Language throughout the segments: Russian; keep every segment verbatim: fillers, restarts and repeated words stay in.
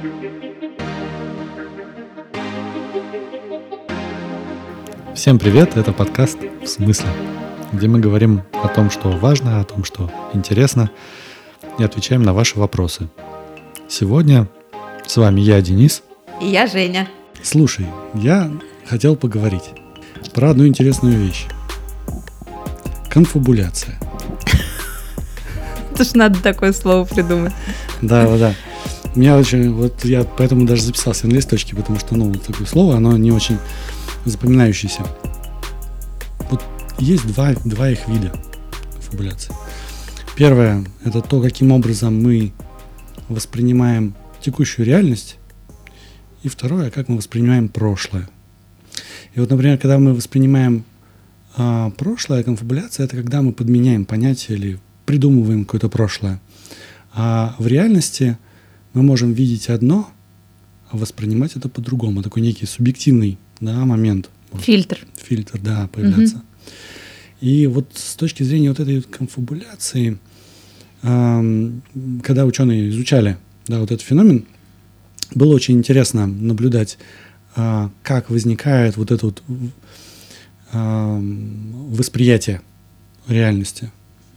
Всем привет, это подкаст «В смысле?», где мы говорим о том, что важно, о том, что интересно, и отвечаем на ваши вопросы. Сегодня с вами я, Денис. И я, Женя. Слушай, я хотел поговорить про одну интересную вещь. Конфабуляция. Это ж надо такое слово придумать. Да, да, да. У меня очень, вот я поэтому даже записался на листочке, потому что, ну, вот такое слово, оно не очень запоминающееся. Вот есть два, два их вида конфабуляции. Первое – это то, каким образом мы воспринимаем текущую реальность. И второе – как мы воспринимаем прошлое. И вот, например, когда мы воспринимаем а, прошлое, конфабуляция – это когда мы подменяем понятие или придумываем какое-то прошлое. А в реальности мы можем видеть одно, а воспринимать это по-другому. Такой некий субъективный, да, момент. Фильтр. Фильтр, да, появляться. Угу. И вот с точки зрения вот этой конфабуляции, э, когда ученые изучали, да, вот этот феномен, было очень интересно наблюдать, э, как возникает вот это вот э, восприятие реальности.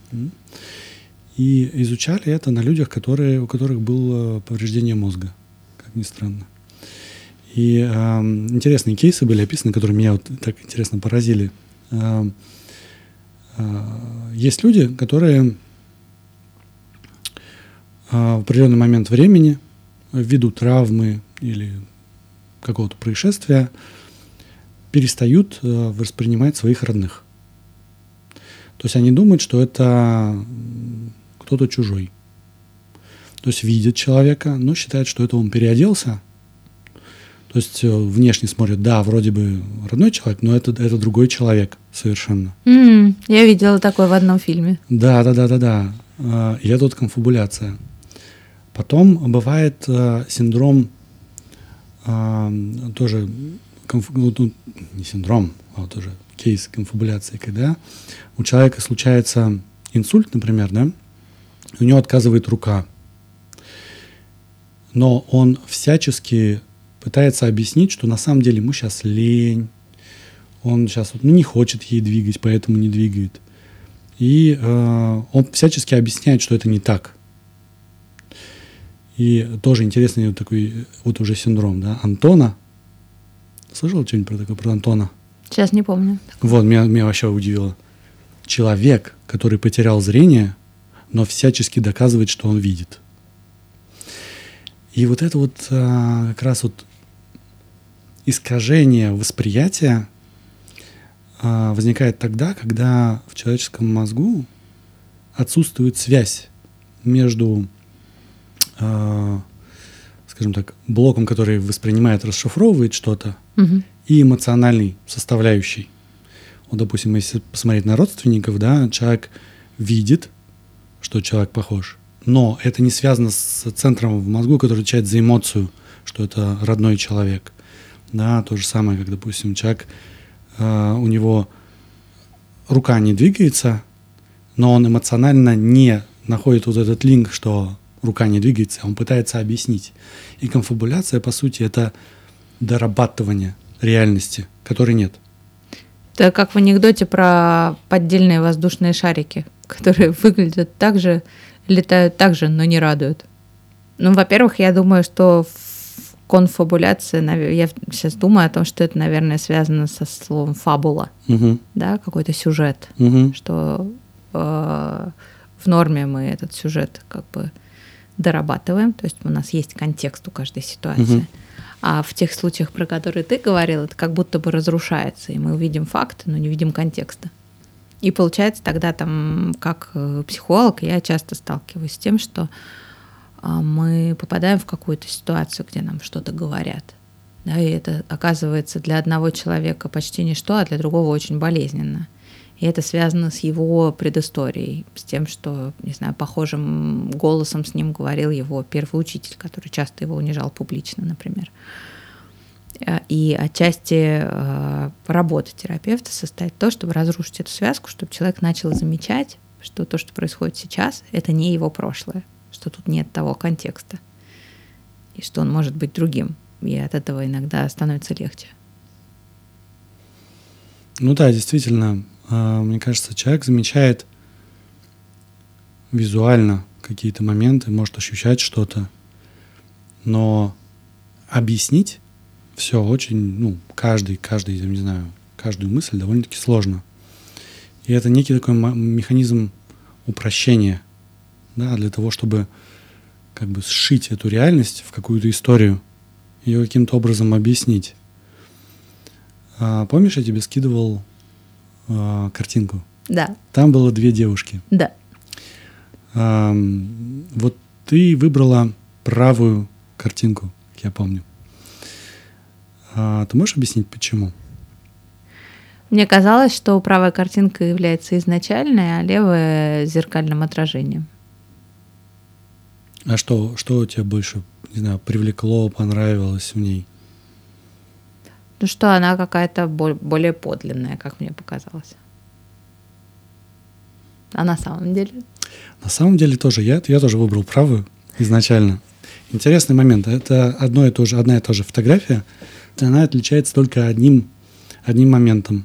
И изучали это на людях, которые, у которых было повреждение мозга, как ни странно. И э, интересные кейсы были описаны, которые меня вот так интересно поразили. Э, э, есть люди, которые э, в определенный момент времени, ввиду травмы или какого-то происшествия, перестают э, воспринимать своих родных. То есть они думают, что это кто-то чужой. То есть видят человека, но считают, что это он переоделся. То есть внешне смотрят, да, вроде бы родной человек, но это, это другой человек совершенно. Mm, я видела такое в одном фильме. Да, да, да, да, да. И это вот конфабуляция. Потом бывает э, синдром, э, тоже, конф, ну, не синдром, а тоже кейс конфабуляции, когда у человека случается инсульт, например, да, у него отказывает рука, но он всячески пытается объяснить, что на самом деле ему сейчас лень, он сейчас вот, ну, не хочет ей двигать, поэтому не двигает. И э, он всячески объясняет, что это не так. И тоже интересный вот такой вот уже синдром, да, Антона. Слышал что-нибудь про такое, про Антона? Сейчас не помню. Вот, меня, меня вообще удивило. Человек, который потерял зрение, но всячески доказывает, что он видит. И вот это вот а, как раз вот искажение восприятия а, возникает тогда, когда в человеческом мозгу отсутствует связь между, а, скажем так, блоком, который воспринимает, расшифровывает что-то, угу. и эмоциональной составляющей. Вот, допустим, если посмотреть на родственников, да, человек видит, что человек похож, но это не связано с центром в мозгу, который отвечает за эмоцию, что это родной человек. Да, то же самое, как, допустим, человек, э, у него рука не двигается, но он эмоционально не находит вот этот линк, что рука не двигается, он пытается объяснить. И конфабуляция, по сути, это дорабатывание реальности, которой нет. Это как в анекдоте про поддельные воздушные шарики, которые выглядят так же, летают так же, но не радуют. Ну, во-первых, я думаю, что конфабуляция, я сейчас думаю о том, что это, наверное, связано со словом фабула, угу. да, какой-то сюжет, угу. что э, в норме мы этот сюжет как бы дорабатываем, то есть у нас есть контекст у каждой ситуации. Угу. А в тех случаях, про которые ты говорил, это как будто бы разрушается, и мы увидим факты, но не видим контекста. И получается тогда там, как психолог, я часто сталкиваюсь с тем, что мы попадаем в какую-то ситуацию, где нам что-то говорят. Да, и это оказывается для одного человека почти ничто, а для другого очень болезненно. И это связано с его предысторией, с тем, что, не знаю, похожим голосом с ним говорил его первый учитель, который часто его унижал публично, например. И отчасти работа терапевта состоит в том, чтобы разрушить эту связку, чтобы человек начал замечать, что то, что происходит сейчас, это не его прошлое, что тут нет того контекста. и что он может быть другим. И от этого иногда становится легче. Ну да, действительно, мне кажется, человек замечает визуально какие-то моменты, может ощущать что-то, но объяснить все очень, ну, каждый, каждый, я не знаю, каждую мысль довольно-таки сложно. И это некий такой механизм упрощения, да, для того, чтобы как бы сшить эту реальность в какую-то историю, ее каким-то образом объяснить. А, помнишь, я тебе скидывал а, картинку? Да. Там было две девушки. Да. А, вот ты выбрала правую картинку, как я помню. А, ты можешь объяснить, почему? Мне казалось, что правая картинка является изначальной, а левая — зеркальным отражением. А что, что тебя больше, не знаю, привлекло, понравилось в ней? Ну что, она какая-то более подлинная, как мне показалось. А на самом деле? На самом деле тоже. Я, я тоже выбрал правую изначально. Интересный момент. Это одно и то же, одна и та же фотография. Она отличается только одним, одним моментом.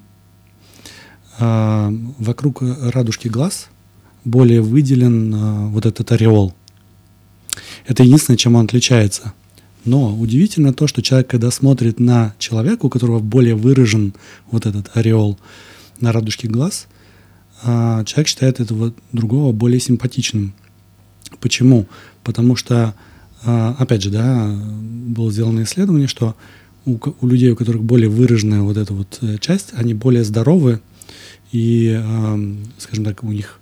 А, вокруг радужки глаз более выделен а, вот этот ореол. Это единственное, чем он отличается. Но удивительно то, что человек, когда смотрит на человека, у которого более выражен вот этот ореол на радужке глаз, а, человек считает этого другого более симпатичным. Почему? Потому что, а, опять же, да, было сделано исследование, что у, у людей, у которых более выраженная вот эта вот часть, они более здоровы, и, э, скажем так, у них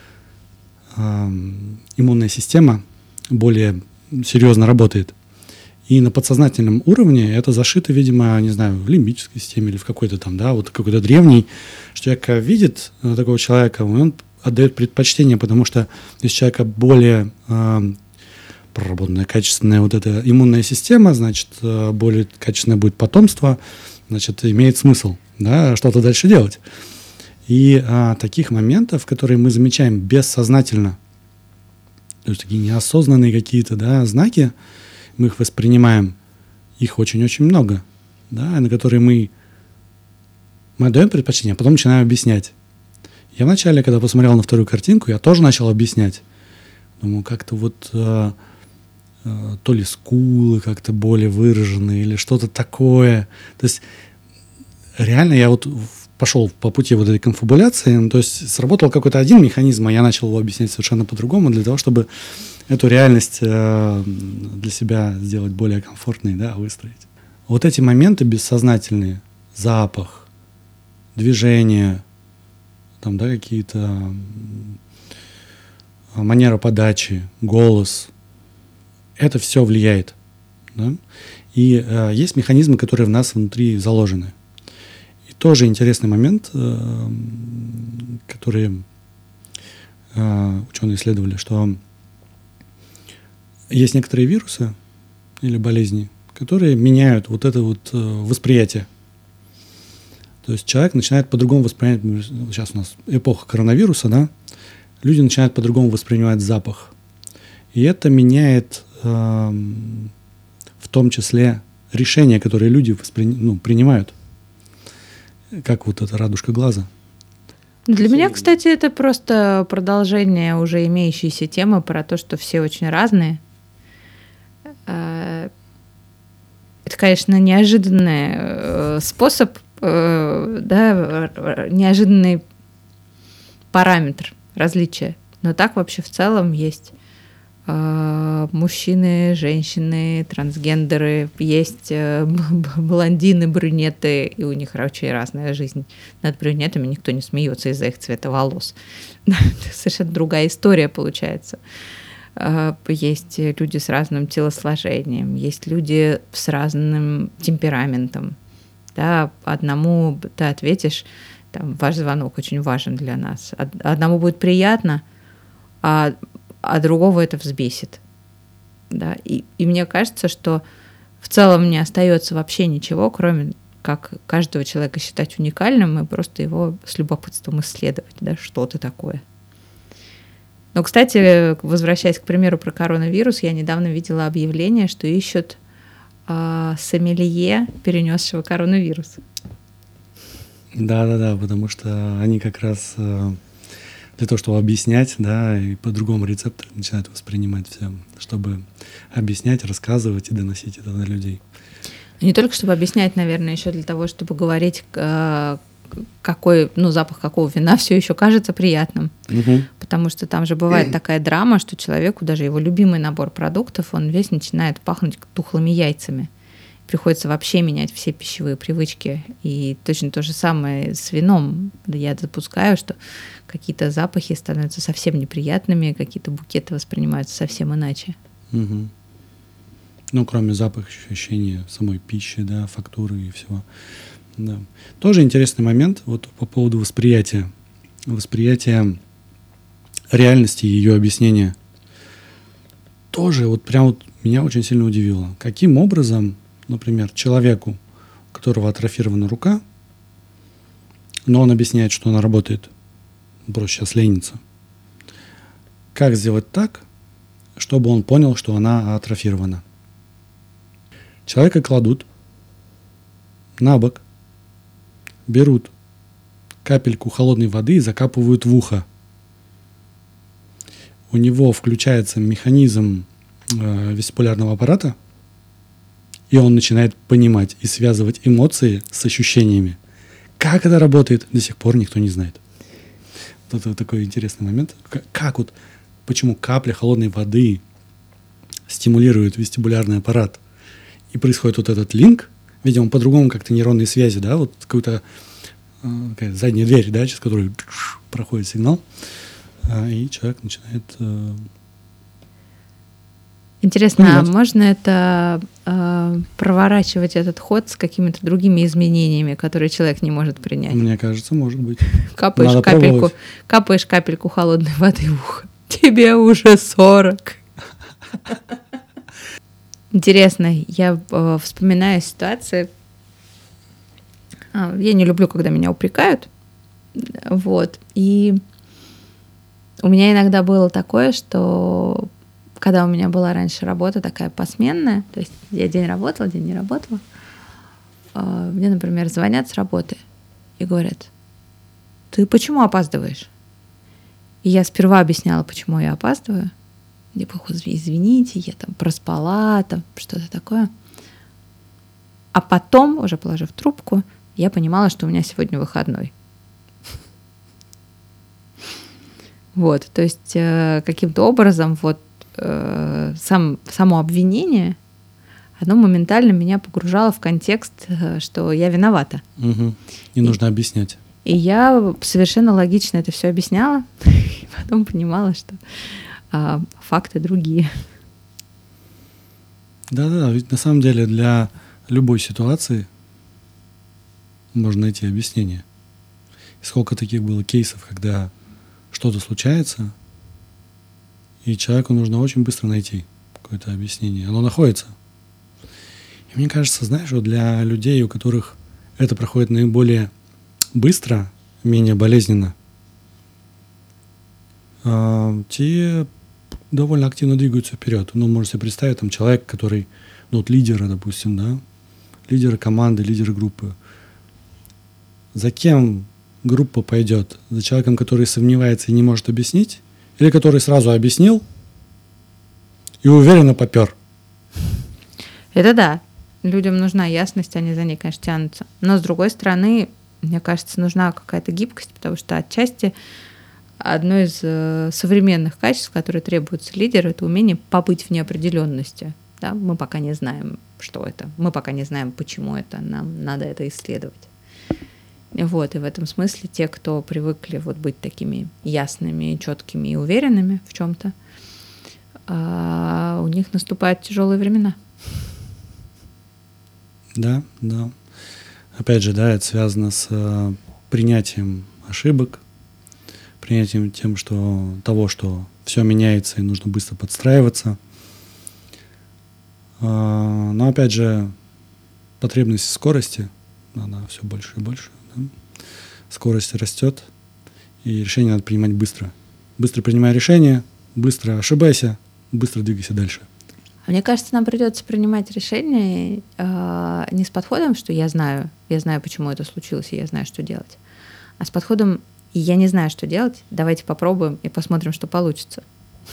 э, иммунная система более серьезно работает. И на подсознательном уровне это зашито, видимо, не знаю, в лимбической системе или в какой-то там, да, вот какой-то древний, что человек видит такого человека, он отдает предпочтение, потому что если у человека более э, проработанная, качественная вот эта иммунная система, значит, более качественное будет потомство, значит, имеет смысл, да, что-то дальше делать. И а, таких моментов, которые мы замечаем бессознательно, то есть такие неосознанные какие-то, да, знаки, мы их воспринимаем, их очень-очень много, да, на которые мы, мы отдаем предпочтение, а потом начинаем объяснять. Я вначале, когда посмотрел на вторую картинку, я тоже начал объяснять. Думаю, как-то вот а, а, то ли скулы как-то более выраженные или что-то такое. То есть реально я вот пошел по пути вот этой конфабуляции, ну, то есть сработал какой-то один механизм, а я начал его объяснять совершенно по-другому, для того, чтобы эту реальность э, для себя сделать более комфортной, да, выстроить. Вот эти моменты бессознательные, запах, движение, там, да, какие-то манера подачи, голос, это все влияет, да? И э, есть механизмы, которые в нас внутри заложены. Тоже интересный момент, который ученые исследовали, что есть некоторые вирусы или болезни, которые меняют вот это вот восприятие. То есть человек начинает по-другому воспринимать, сейчас у нас эпоха коронавируса, да, люди начинают по-другому воспринимать запах. И это меняет в том числе решения, которые люди воспри... ну, принимают. Как вот эта радужка глаза. Для меня, кстати, это просто продолжение уже имеющейся темы про то, что все очень разные. Это, конечно, неожиданный способ, да, неожиданный параметр различия. Но так вообще в целом есть мужчины, женщины, трансгендеры, есть блондины, брюнеты, и у них очень разная жизнь. Над брюнетами никто не смеется из-за их цвета волос. Совершенно другая история получается. Есть люди с разным телосложением, есть люди с разным темпераментом. Да, одному ты ответишь, там, ваш звонок очень важен для нас. Одному будет приятно, а а другого это взбесит. Да? И, и мне кажется, что в целом не остается вообще ничего, кроме как каждого человека считать уникальным и просто его с любопытством исследовать, да, что-то такое. Но, кстати, возвращаясь к примеру про коронавирус, я недавно видела объявление, что ищут э, сомелье, перенесшего коронавирус. Да-да-да, потому что они как раз э, для того, чтобы объяснять, да, и по-другому рецепторы начинают воспринимать все, чтобы объяснять, рассказывать и доносить это до людей. Не только чтобы объяснять, наверное, еще для того, чтобы говорить, э, какой, ну, запах какого вина все еще кажется приятным. Угу. Потому что там же бывает такая драма, что человеку даже его любимый набор продуктов, он весь начинает пахнуть тухлыми яйцами. Приходится вообще менять все пищевые привычки. И точно то же самое с вином. Я допускаю, что какие-то запахи становятся совсем неприятными, какие-то букеты воспринимаются совсем иначе. Угу. Ну, кроме запаха, ощущения самой пищи, да, фактуры и всего. Да. Тоже интересный момент вот по поводу восприятия. Восприятия реальности и ее объяснения. Тоже вот прям вот меня очень сильно удивило. Каким образом, например, человеку, у которого атрофирована рука, но он объясняет, что она работает, просто сейчас ленится. Как сделать так, чтобы он понял, что она атрофирована? Человека кладут на бок, берут капельку холодной воды и закапывают в ухо. У него включается механизм э, вестибулярного аппарата, и он начинает понимать и связывать эмоции с ощущениями. Как это работает, до сих пор никто не знает. Вот это вот такой интересный момент. Как, как вот, почему капля холодной воды стимулирует вестибулярный аппарат, и происходит вот этот линк, видимо, по-другому как-то нейронные связи, да, вот какую-то э, задняя дверь, да, через которую проходит сигнал, э, и человек начинает... Э, Интересно, понимать. А можно это э, проворачивать этот ход с какими-то другими изменениями, которые человек не может принять? Мне кажется, может быть. Капаешь Надо капельку, пробовать. капаешь капельку холодной воды в ухо. Тебе уже сорок. Интересно, я э, вспоминаю ситуации. А, я не люблю, когда меня упрекают. Вот. И у меня иногда было такое, что когда у меня была раньше работа такая посменная, то есть я день работала, день не работала, э, мне, например, звонят с работы и говорят: ты почему опаздываешь? И я сперва объясняла, почему я опаздываю. Типа, извините, я там проспала, там что-то такое. А потом, уже положив трубку, я понимала, что у меня сегодня выходной. Вот, то есть э, каким-то образом вот э, сам, само обвинение, оно моментально меня погружало в контекст, э, что я виновата. Угу. Не нужно объяснять. И я совершенно логично это все объясняла, и потом понимала, что а факты другие. Да-да, ведь на самом деле для любой ситуации можно найти объяснение. И сколько таких было кейсов, когда что-то случается, и человеку нужно очень быстро найти какое-то объяснение. Оно находится. И мне кажется, знаешь, вот для людей, у которых это проходит наиболее быстро, менее болезненно, те довольно активно двигаются вперед. Ну, можете себе представить, там человек, который, ну, вот лидера, допустим, да, лидера команды, лидера группы. За кем группа пойдет? За человеком, который сомневается и не может объяснить? Или который сразу объяснил и уверенно попер? Это да. Людям нужна ясность, они за ней, конечно, тянутся. Но, с другой стороны, мне кажется, нужна какая-то гибкость, потому что отчасти одно из э, современных качеств, которые требуются лидеру, это умение побыть в неопределенности. Да? Мы пока не знаем, что это. Мы пока не знаем, почему это. Нам надо это исследовать. Вот. И в этом смысле те, кто привыкли вот быть такими ясными, четкими и уверенными в чем-то, э, у них наступают тяжелые времена. Да, да. Опять же, да, это связано с э, принятием ошибок, принятием тем, что, того, что все меняется и нужно быстро подстраиваться. А, но опять же, потребность в скорости, она все больше и больше. Да? Скорость растет, и решение надо принимать быстро. Быстро принимай решения, быстро ошибайся, быстро двигайся дальше. А мне кажется, нам придется принимать решения э, не с подходом, что я знаю, я знаю, почему это случилось, и я знаю, что делать, а с подходом «я не знаю, что делать, давайте попробуем и посмотрим, что получится».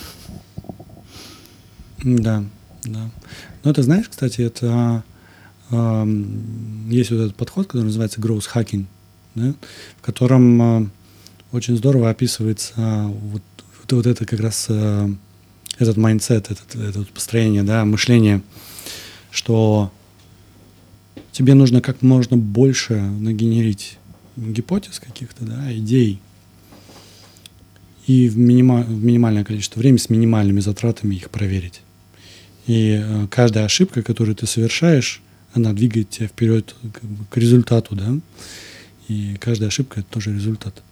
Да, да. Ну, это, знаешь, кстати, это э, есть вот этот подход, который называется growth hacking, да, в котором э, очень здорово описывается э, вот, вот, вот это как раз э, этот майндсет, этот, это построение, да, мышление, что тебе нужно как можно больше нагенерить гипотез каких-то, да, идей, и в, минима, в минимальное количество времени с минимальными затратами их проверить. И э, каждая ошибка, которую ты совершаешь, она двигает тебя вперед к, к результату, да, и каждая ошибка — это тоже результат.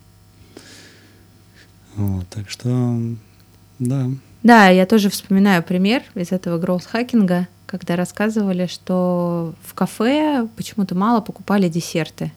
Вот, так что, да. Да, я тоже вспоминаю пример из этого гроус-хакинга, когда рассказывали, что в кафе почему-то мало покупали десерты.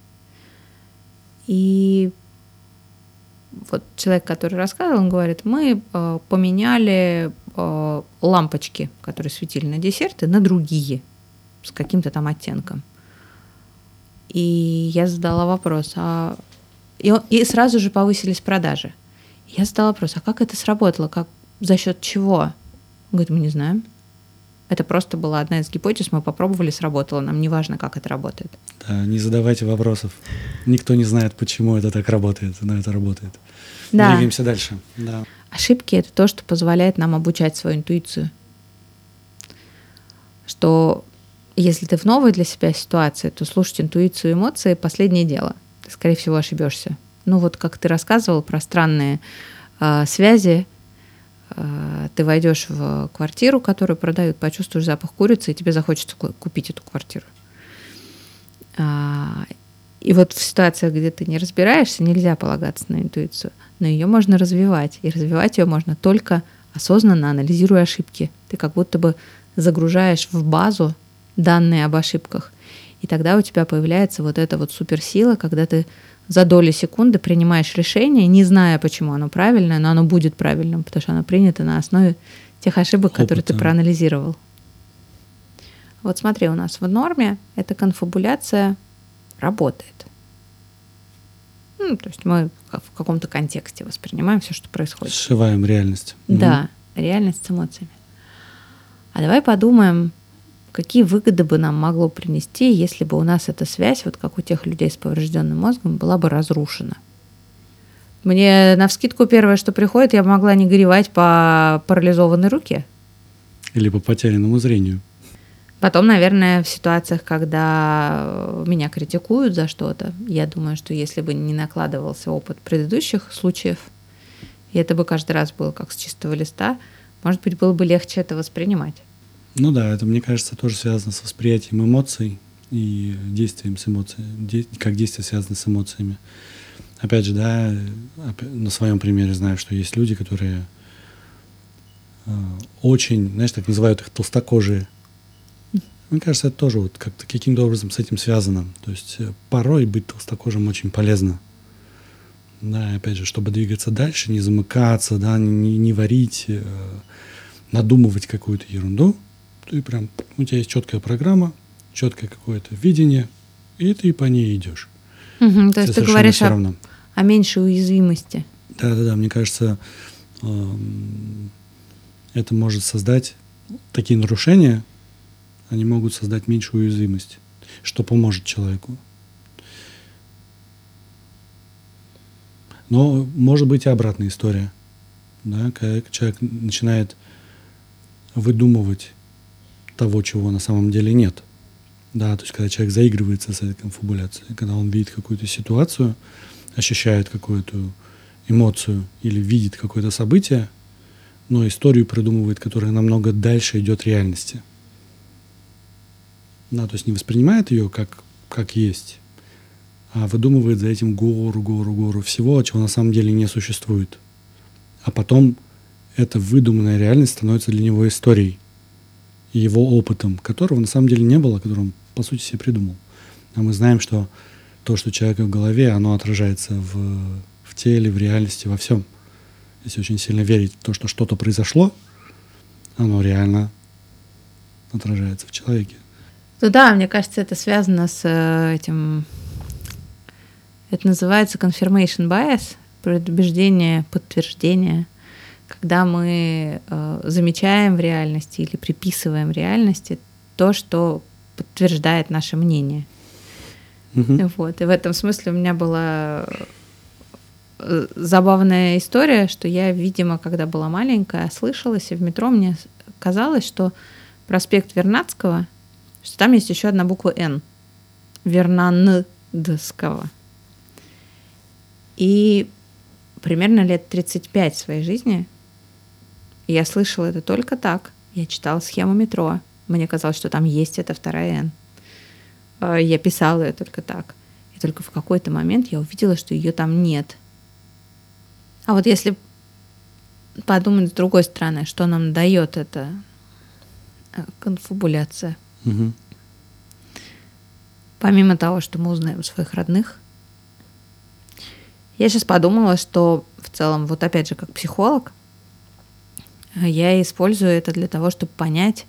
И вот человек, который рассказывал, он говорит, мы э, поменяли э, лампочки, которые светили на десерты, на другие, с каким-то там оттенком. И я задала вопрос, а... и, он... и сразу же повысились продажи. Я задала вопрос, а как это сработало, как... за счет чего? Он говорит, мы не знаем. Это просто была одна из гипотез, мы попробовали, сработало, нам не важно, как это работает. Да, не задавайте вопросов. Никто не знает, почему это так работает, но это работает. Да. Двигаемся дальше. Да. Ошибки — это то, что позволяет нам обучать свою интуицию. Что если ты в новой для себя ситуации, то слушать интуицию и эмоции — последнее дело. Ты, скорее всего, ошибешься. Ну вот как ты рассказывал про странные э, связи, э, ты войдешь в квартиру, которую продают, почувствуешь запах курицы, и тебе захочется купить эту квартиру. А, и вот в ситуациях, где ты не разбираешься, нельзя полагаться на интуицию, но ее можно развивать. И развивать ее можно только осознанно, анализируя ошибки. Ты как будто бы загружаешь в базу данные об ошибках. И тогда у тебя появляется вот эта вот суперсила, когда ты за доли секунды принимаешь решение, не зная, почему оно правильное, но оно будет правильным, потому что оно принято на основе тех ошибок, Опыта. которые ты проанализировал. Вот смотри, у нас в норме эта конфабуляция работает. Ну, то есть мы в каком-то контексте воспринимаем все, что происходит. Сшиваем реальность. Да, угу. Реальность с эмоциями. А давай подумаем, какие выгоды бы нам могло принести, если бы у нас эта связь, вот как у тех людей с поврежденным мозгом, была бы разрушена. Мне навскидку первое, что приходит, я могла не горевать по парализованной руке. Или по потерянному зрению. Потом, наверное, в ситуациях, когда меня критикуют за что-то, я думаю, что если бы не накладывался опыт предыдущих случаев, и это бы каждый раз было как с чистого листа, может быть, было бы легче это воспринимать. Ну да, это, мне кажется, тоже связано с восприятием эмоций и действием с эмоциями, как действие связано с эмоциями. Опять же, да, на своем примере знаю, что есть люди, которые э, очень, знаешь, так называют их толстокожие. Мне кажется, это тоже вот как-то каким-то образом с этим связано. То есть порой быть толстокожим очень полезно. Да, опять же, чтобы двигаться дальше, не замыкаться, да, не, не варить, э, надумывать какую-то ерунду. Ты прям, у тебя есть четкая программа, четкое какое-то видение, и ты по ней идешь. Угу, то есть ты говоришь о, о меньшей уязвимости. Да-да-да, мне кажется, э, это может создать такие нарушения, они могут создать меньшую уязвимость, что поможет человеку. Но может быть и обратная история. Да, когда человек начинает выдумывать того, чего на самом деле нет. Да, то есть когда человек заигрывается с этой конфабуляцией, когда он видит какую-то ситуацию, ощущает какую-то эмоцию или видит какое-то событие, но историю придумывает, которая намного дальше идет реальности. Да, то есть не воспринимает ее как, как есть, а выдумывает за этим гору, гору, гору всего, чего на самом деле не существует. А потом эта выдуманная реальность становится для него историей и его опытом, которого на самом деле не было, который он, по сути, себе придумал. А мы знаем, что то, что у человека в голове, оно отражается в, в теле, в реальности, во всем. Если очень сильно верить в то, что что-то произошло, оно реально отражается в человеке. Ну да, мне кажется, это связано с этим... Это называется confirmation bias, предубеждение, подтверждение, когда мы э, замечаем в реальности или приписываем реальности то, что подтверждает наше мнение. Mm-hmm. Вот. И в этом смысле у меня была забавная история, что я, видимо, когда была маленькая, слышалась, и в метро мне казалось, что проспект Вернадского, что там есть еще одна буква «Н». Вернандского. И примерно лет тридцать пять в своей жизни я слышала это только так. Я читала схему метро. Мне казалось, что там есть эта вторая «Н». Я писала ее только так. И только в какой-то момент я увидела, что ее там нет. А вот если подумать с другой стороны, что нам дает эта конфабуляция? Угу. Помимо того, что мы узнаем своих родных, я сейчас подумала, что в целом, вот опять же, как психолог, я использую это для того, чтобы понять,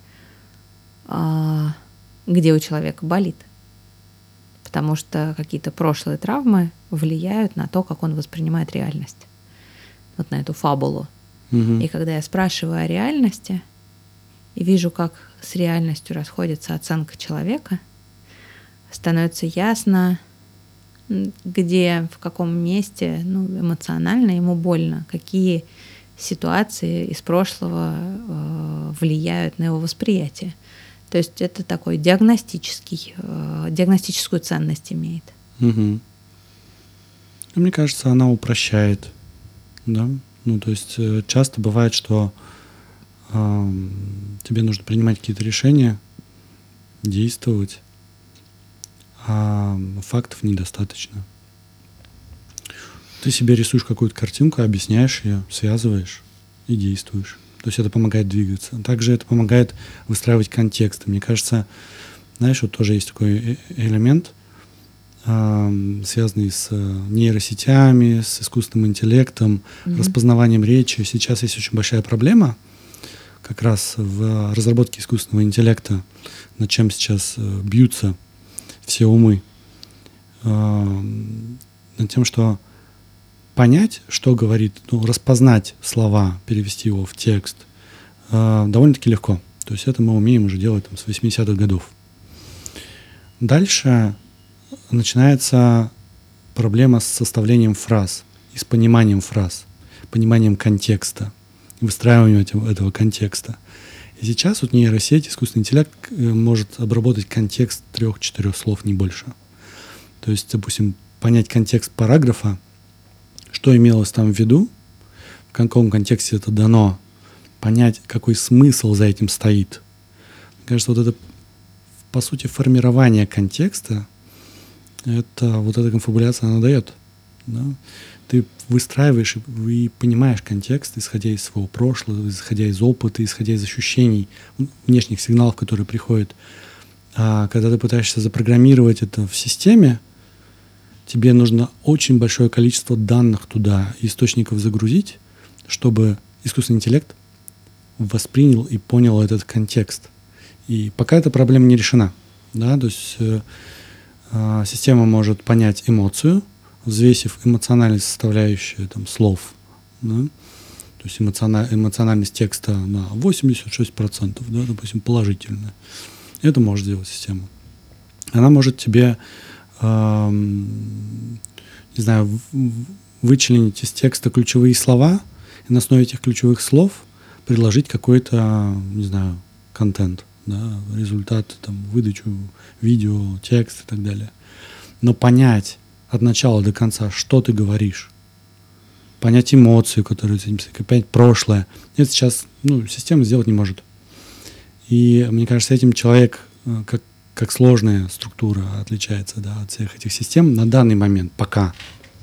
где у человека болит. Потому что какие-то прошлые травмы влияют на то, как он воспринимает реальность. Вот на эту фабулу. Угу. И когда я спрашиваю о реальности и вижу, как с реальностью расходится оценка человека, становится ясно, где, в каком месте, ну, эмоционально ему больно, какие ситуации из прошлого э, влияют на его восприятие. То есть это такой диагностический, э, диагностическую ценность имеет. Угу. Мне кажется, она упрощает, да. Ну, то есть часто бывает, что э, тебе нужно принимать какие-то решения, действовать, а фактов недостаточно. Ты себе рисуешь какую-то картинку, объясняешь ее, связываешь и действуешь. То есть это помогает двигаться. Также это помогает выстраивать контекст. Мне кажется, знаешь, вот тоже есть такой элемент, э, связанный с нейросетями, с искусственным интеллектом, mm-hmm. распознаванием речи. Сейчас есть очень большая проблема как раз в разработке искусственного интеллекта, над чем сейчас бьются все умы, э, над тем, что понять, что говорит, ну, распознать слова, перевести его в текст, э, довольно-таки легко. То есть это мы умеем уже делать там, с восьмидесятых годов. Дальше начинается проблема с составлением фраз и с пониманием фраз, пониманием контекста, выстраиванием этого, этого контекста. И сейчас вот нейросеть, искусственный интеллект может обработать контекст трех-четырех слов, не больше. То есть, допустим, понять контекст параграфа, что имелось там в виду, в каком контексте это дано, понять, какой смысл за этим стоит. Мне кажется, вот это, по сути, формирование контекста, это вот эта конфабуляция, она дает. Да? Ты выстраиваешь и понимаешь контекст, исходя из своего прошлого, исходя из опыта, исходя из ощущений, внешних сигналов, которые приходят. А когда ты пытаешься запрограммировать это в системе, тебе нужно очень большое количество данных туда, источников загрузить, чтобы искусственный интеллект воспринял и понял этот контекст. И пока эта проблема не решена. Да? То есть э, э, система может понять эмоцию, взвесив эмоциональную составляющую там, слов, да? То есть эмоциональ, эмоциональность текста на восемьдесят шесть процентов, да, допустим, положительная. Это может сделать система. Она может тебе, э, не знаю, в, вычленить из текста ключевые слова и на основе этих ключевых слов предложить какой-то, не знаю, контент, да, результат, там, выдачу видео, текст и так далее. Но понять от начала до конца, что ты говоришь, понять эмоцию, которую ты несешь, понять прошлое. Это сейчас ну, система сделать не может. И мне кажется, этим человек, как, как сложная структура, отличается да, от всех этих систем на данный момент, пока.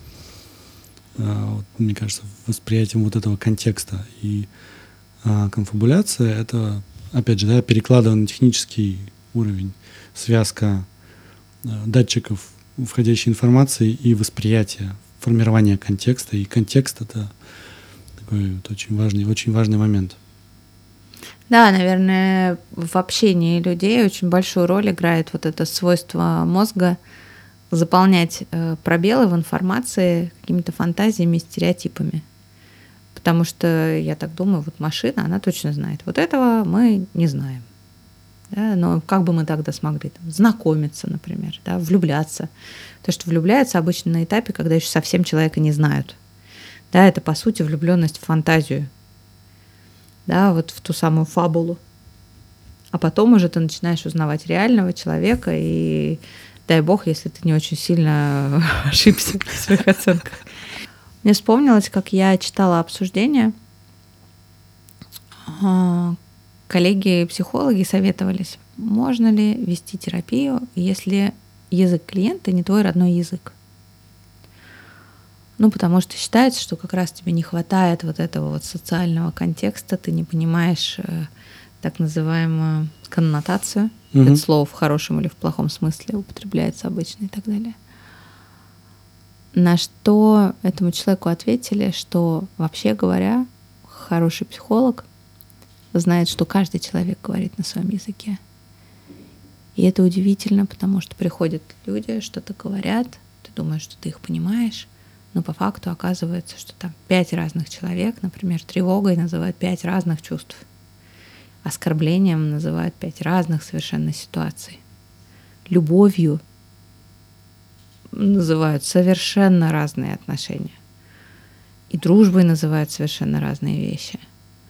Вот, мне кажется, восприятием вот этого контекста и а, конфабуляция — это, опять же, да, перекладывание на технический уровень, связка а, датчиков входящей информации и восприятия, формирование контекста. И контекст — это такой вот очень важный, очень важный момент. Да, наверное, в общении людей очень большую роль играет вот это свойство мозга заполнять э, пробелы в информации какими-то фантазиями, стереотипами. Потому что, я так думаю, вот машина, она точно знает. Вот этого мы не знаем. Да? Но как бы мы тогда смогли там, знакомиться, например, да? Влюбляться? Потому что влюбляются обычно на этапе, когда еще совсем человека не знают. Да, это, по сути, влюбленность в фантазию. Да, вот в ту самую фабулу. А потом уже ты начинаешь узнавать реального человека, и дай бог, если ты не очень сильно ошибся в своих оценках. Мне вспомнилось, как я читала обсуждение. Коллеги-психологи советовались, можно ли вести терапию, если язык клиента не твой родной язык. Ну, потому что считается, что как раз тебе не хватает вот этого вот социального контекста, ты не понимаешь э, так называемую коннотацию. Mm-hmm. Это слово в хорошем или в плохом смысле употребляется обычно и так далее. На что этому человеку ответили, что, вообще говоря, хороший психолог знает, что каждый человек говорит на своем языке. И это удивительно, потому что приходят люди, что-то говорят, ты думаешь, что ты их понимаешь, но по факту оказывается, что там пять разных человек, например, тревогой называют пять разных чувств, оскорблением называют пять разных совершенно ситуаций, любовью называют совершенно разные отношения, и дружбой называют совершенно разные вещи.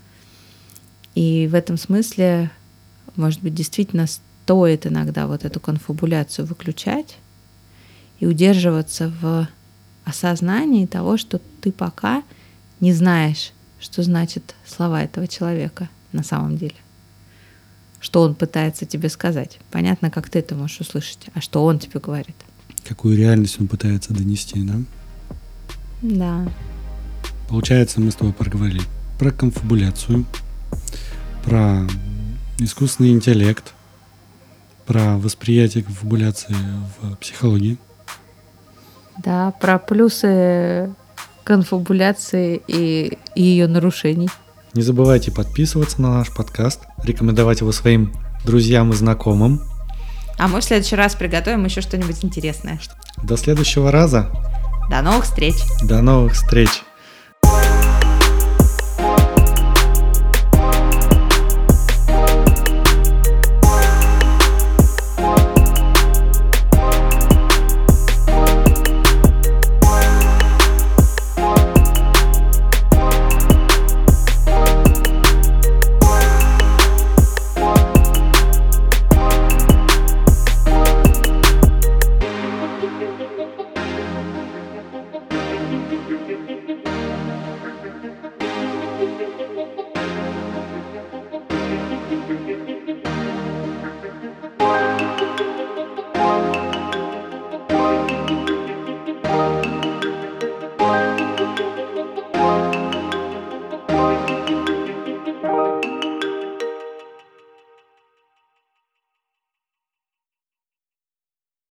И в этом смысле, может быть, действительно стоит иногда вот эту конфабуляцию выключать и удерживаться в осознании того, что ты пока не знаешь, что значит слова этого человека на самом деле. Что он пытается тебе сказать. Понятно, как ты это можешь услышать, а что он тебе говорит. Какую реальность он пытается донести, да? Да. Получается, мы с тобой проговорили про конфабуляцию, про искусственный интеллект, про восприятие конфабуляции в психологии. Да, про плюсы конфабуляции и, и ее нарушений. Не забывайте подписываться на наш подкаст, рекомендовать его своим друзьям и знакомым. А мы в следующий раз приготовим еще что-нибудь интересное. До следующего раза. До новых встреч. До новых встреч.